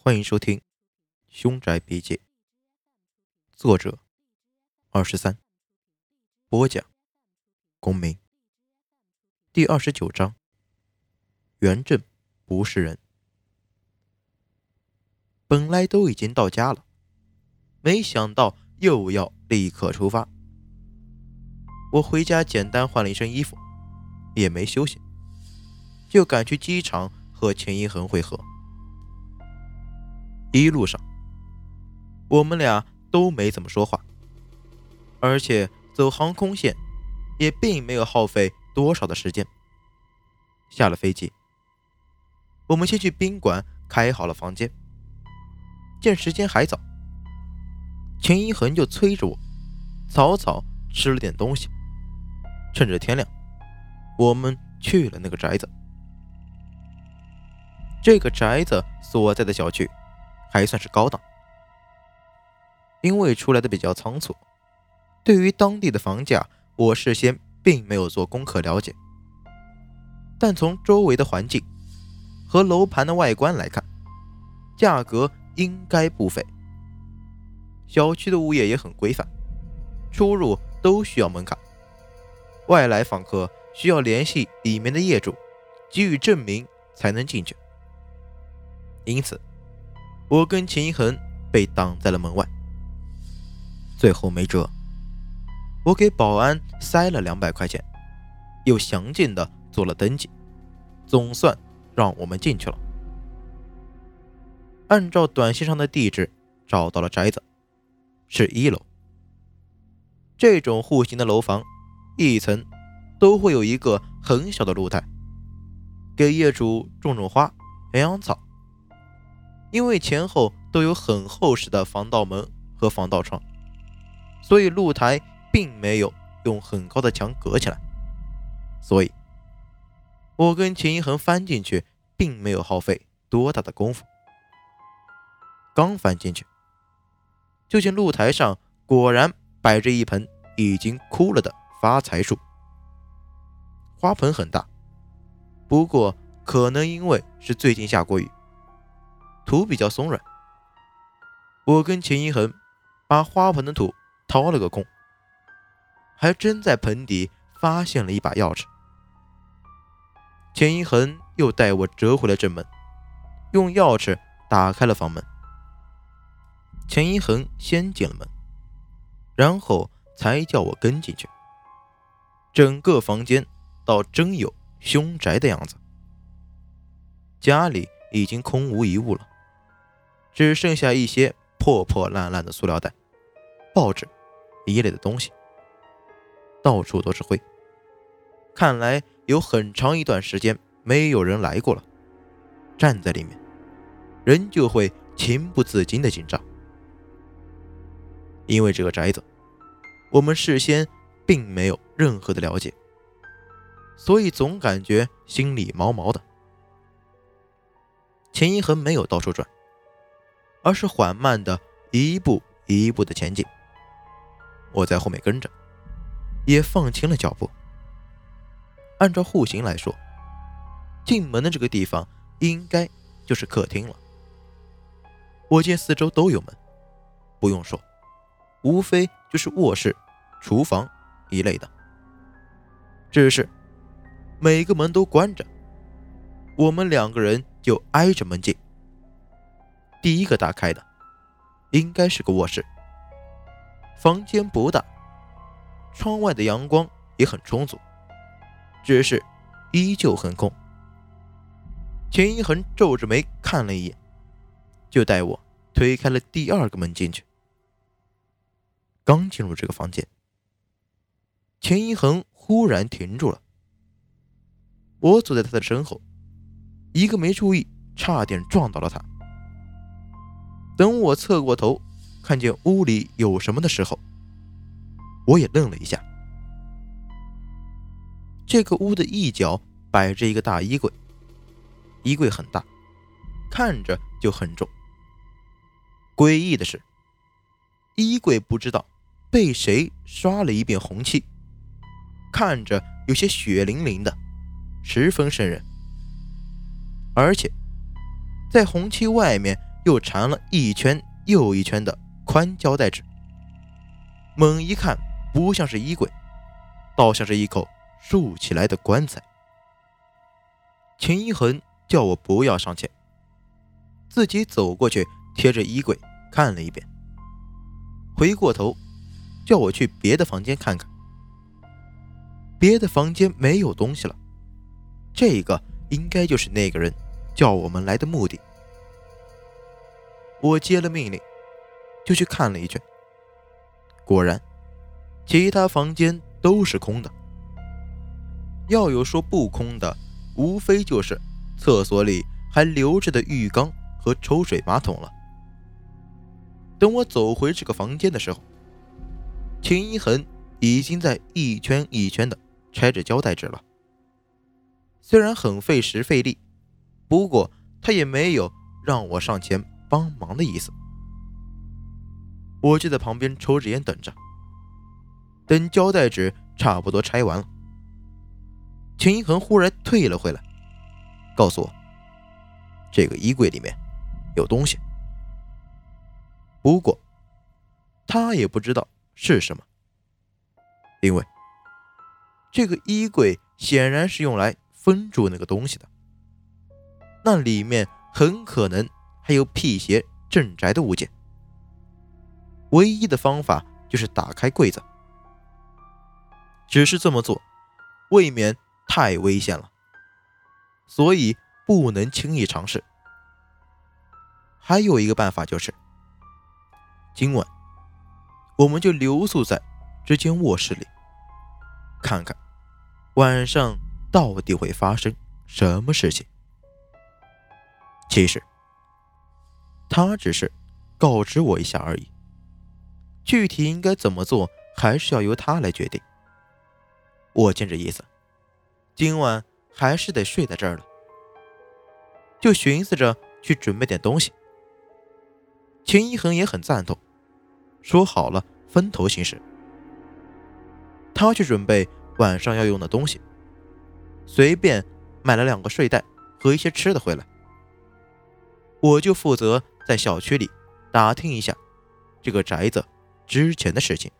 欢迎收听《凶宅笔记》，作者23，播讲公明。第29章，袁振不是人。本来都已经到家了，没想到又要立刻出发。我回家简单换了一身衣服，也没休息，就赶去机场和钱一恒会合。一路上我们俩都没怎么说话，而且走航空线也并没有耗费多少的时间。下了飞机，我们先去宾馆开好了房间。见时间还早，钱一恒就催着我草草吃了点东西，趁着天亮我们去了那个宅子。这个宅子所在的小区还算是高档，因为出来的比较仓促，对于当地的房价我事先并没有做功课了解，但从周围的环境和楼盘的外观来看，价格应该不菲。小区的物业也很规范，出入都需要门卡，外来访客需要联系里面的业主给予证明才能进去，因此我跟钱一恒被挡在了门外。最后没辙，我给保安塞了200块钱，又详尽的做了登记，总算让我们进去了。按照短信上的地址找到了宅子，是1楼。这种户型的楼房一层都会有一个很小的露台，给业主种花、养养草。因为前后都有很厚实的防盗门和防盗窗，所以露台并没有用很高的墙隔起来，所以我跟钱一恒翻进去并没有耗费多大的功夫。刚翻进去，就见露台上果然摆着一盆已经枯了的发财树，花盆很大，不过可能因为是最近下过雨，土比较松软。我跟钱一恒把花盆的土掏了个空，还真在盆底发现了一把钥匙。钱一恒又带我折回了正门，用钥匙打开了房门。钱一恒先进了门，然后才叫我跟进去。整个房间倒真有凶宅的样子，家里已经空无一物了，只剩下一些破破烂烂的塑料袋、报纸一类的东西，到处都是灰，看来有很长一段时间没有人来过了，站在里面人就会情不自禁的紧张。因为这个宅子我们事先并没有任何的了解，所以总感觉心里毛毛的。钱一恒没有到处转，而是缓慢的一步一步的前进，我在后面跟着，也放轻了脚步。按照户型来说，进门的这个地方应该就是客厅了。我见四周都有门，不用说，无非就是卧室、厨房一类的，只是每个门都关着，我们2个人就挨着门进。第一个打开的应该是个卧室，房间不大，窗外的阳光也很充足，只是依旧很空。钱一恒皱着眉看了一眼，就带我推开了第2个门进去。刚进入这个房间，钱一恒忽然停住了。我走在他的身后，一个没注意差点撞到了他。等我侧过头看见屋里有什么的时候，我也愣了一下。这个屋的一角摆着一个大衣柜，衣柜很大，看着就很重。诡异的是，衣柜不知道被谁刷了一遍红漆，看着有些血淋淋的，十分瘆人。而且在红漆外面又缠了一圈又一圈的宽胶带纸。猛一看，不像是衣柜，倒像是一口竖起来的棺材。秦一恒叫我不要上前，自己走过去贴着衣柜看了一遍，回过头叫我去别的房间看看。别的房间没有东西了，这个应该就是那个人叫我们来的目的。我接了命令，就去看了一圈，果然其他房间都是空的。要有说不空的，无非就是厕所里还留着的浴缸和抽水马桶了。等我走回这个房间的时候，秦一恒已经在一圈一圈的拆着胶带纸了。虽然很费时费力，不过他也没有让我上前帮忙的意思。我就在旁边抽着烟等着，等胶带纸差不多拆完了，秦一恒忽然退了回来，告诉我这个衣柜里面有东西，不过他也不知道是什么，因为这个衣柜显然是用来封住那个东西的，那里面很可能还有辟邪镇宅的物件。唯一的方法就是打开柜子，只是这么做未免太危险了，所以不能轻易尝试。还有一个办法就是，今晚我们就留宿在这间卧室里，看看晚上到底会发生什么事情。其实他只是告知我一下而已，具体应该怎么做还是要由他来决定。我见这意思，今晚还是得睡在这儿了，就寻思着去准备点东西。秦一恒也很赞同，说好了分头行事。他去准备晚上要用的东西，随便买了2个睡袋和一些吃的回来。我就负责在小区里打听一下这个宅子之前的事情。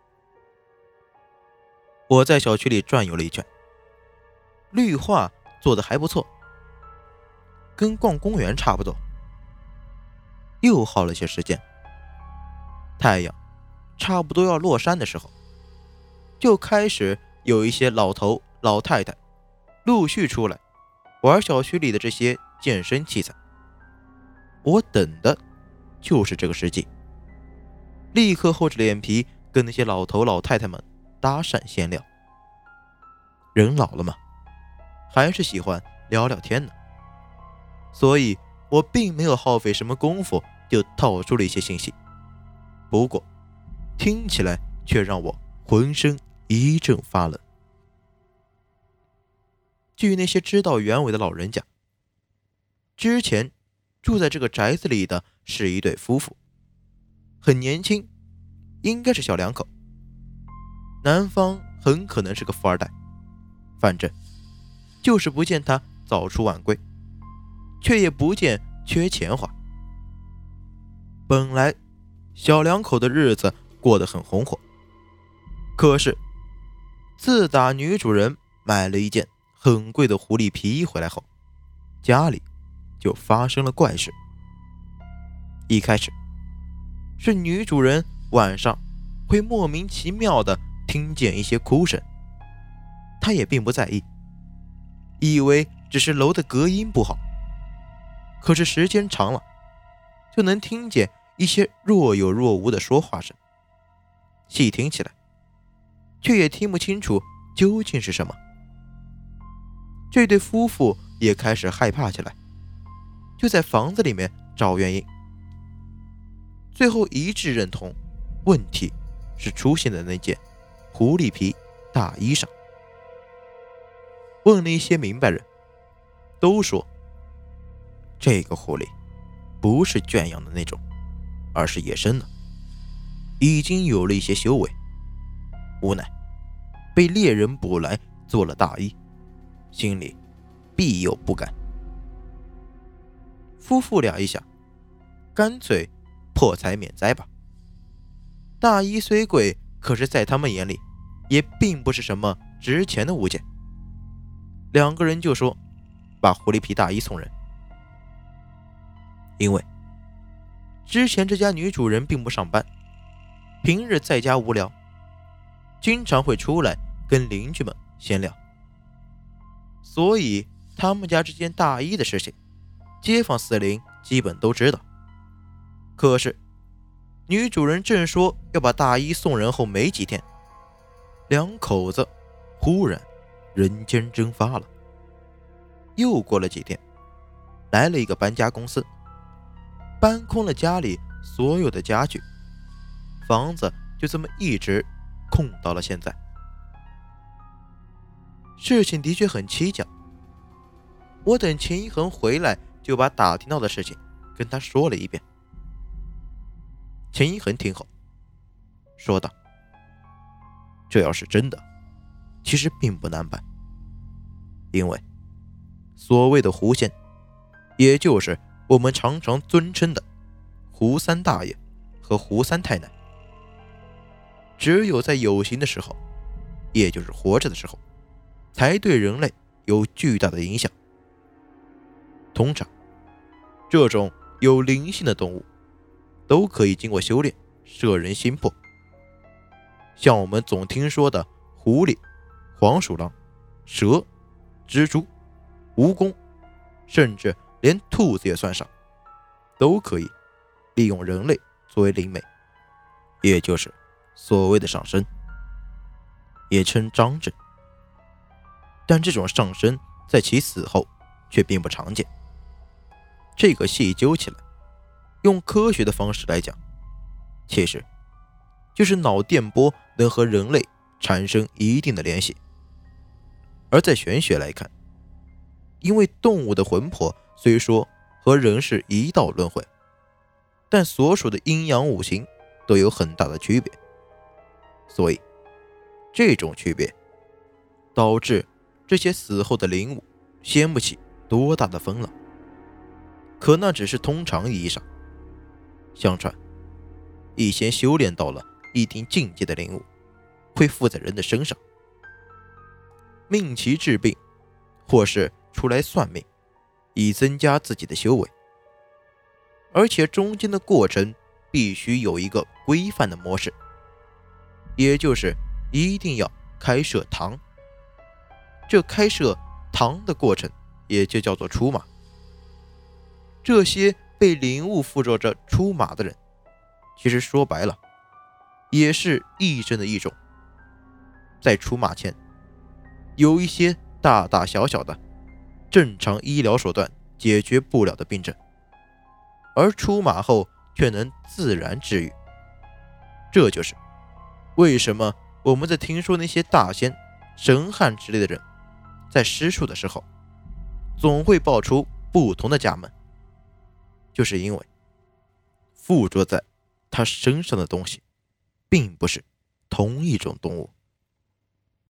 我在小区里转悠了一圈，绿化做得还不错，跟逛公园差不多。又耗了些时间，太阳差不多要落山的时候，就开始有一些老头老太太陆续出来玩小区里的这些健身器材。我等的就是这个时机，立刻厚着脸皮跟那些老头老太太们搭讪闲聊。人老了嘛，还是喜欢聊聊天呢，所以我并没有耗费什么功夫就套出了一些信息，不过听起来却让我浑身一阵发冷。据那些知道原委的老人讲，之前住在这个宅子里的是一对夫妇，很年轻，应该是小两口。男方很可能是个富二代，反正就是不见他早出晚归，却也不见缺钱花。本来小两口的日子过得很红火，可是自打女主人买了一件很贵的狐狸皮衣回来后，家里就发生了怪事。一开始是女主人晚上会莫名其妙的听见一些哭声，她也并不在意，以为只是楼的隔音不好。可是时间长了，就能听见一些若有若无的说话声，细听起来却也听不清楚究竟是什么。这对夫妇也开始害怕起来，就在房子里面找原因，最后一致认同问题是出现在那件狐狸皮大衣上。问了一些明白人，都说这个狐狸不是圈养的那种，而是野生的，已经有了一些修为，无奈被猎人捕来做了大衣，心里必有不甘。夫妇俩一想， 干脆破财免灾吧。大衣虽贵，可是在他们眼里也并不是什么值钱的物件。两个人就说把狐狸皮大衣送人。因为之前这家女主人并不上班，平日在家无聊，经常会出来跟邻居们闲聊，所以他们家这件大衣的事情街坊四邻基本都知道。可是女主人正说要把大衣送人后没几天，两口子忽然人间蒸发了。又过了几天，来了一个搬家公司，搬空了家里所有的家具，房子就这么一直空到了现在。事情的确很蹊跷，我等钱一恒回来就把打听到的事情跟他说了一遍。钱一恒听后说道：这要是真的，其实并不难办，因为所谓的狐仙，也就是我们常常尊称的胡三大爷和胡三太奶，只有在有形的时候，也就是活着的时候，才对人类有巨大的影响。通常这种有灵性的动物都可以经过修炼摄人心魄，像我们总听说的狐狸、黄鼠狼、蛇、蜘蛛、蜈蚣，甚至连兔子也算上，都可以利用人类作为灵媒，也就是所谓的上身，也称张震。但这种上身在其死后却并不常见。这个细究起来，用科学的方式来讲，其实就是脑电波能和人类产生一定的联系。而在玄学来看，因为动物的魂魄虽说和人是一道轮回，但所属的阴阳五行都有很大的区别，所以这种区别导致这些死后的灵物掀不起多大的风浪。可那只是通常意义上，相传一些修炼到了一定境界的灵物会附在人的身上，命其治病，或是出来算命，以增加自己的修为。而且中间的过程必须有一个规范的模式，也就是一定要开设堂。这开设堂的过程也就叫做出马。这些被灵物附着着出马的人，其实说白了也是癔症的一种。在出马前，有一些大大小小的正常医疗手段解决不了的病症，而出马后却能自然治愈。这就是为什么我们在听说那些大仙、神汉之类的人在施术的时候，总会爆出不同的家门，就是因为附着在他身上的东西并不是同一种动物。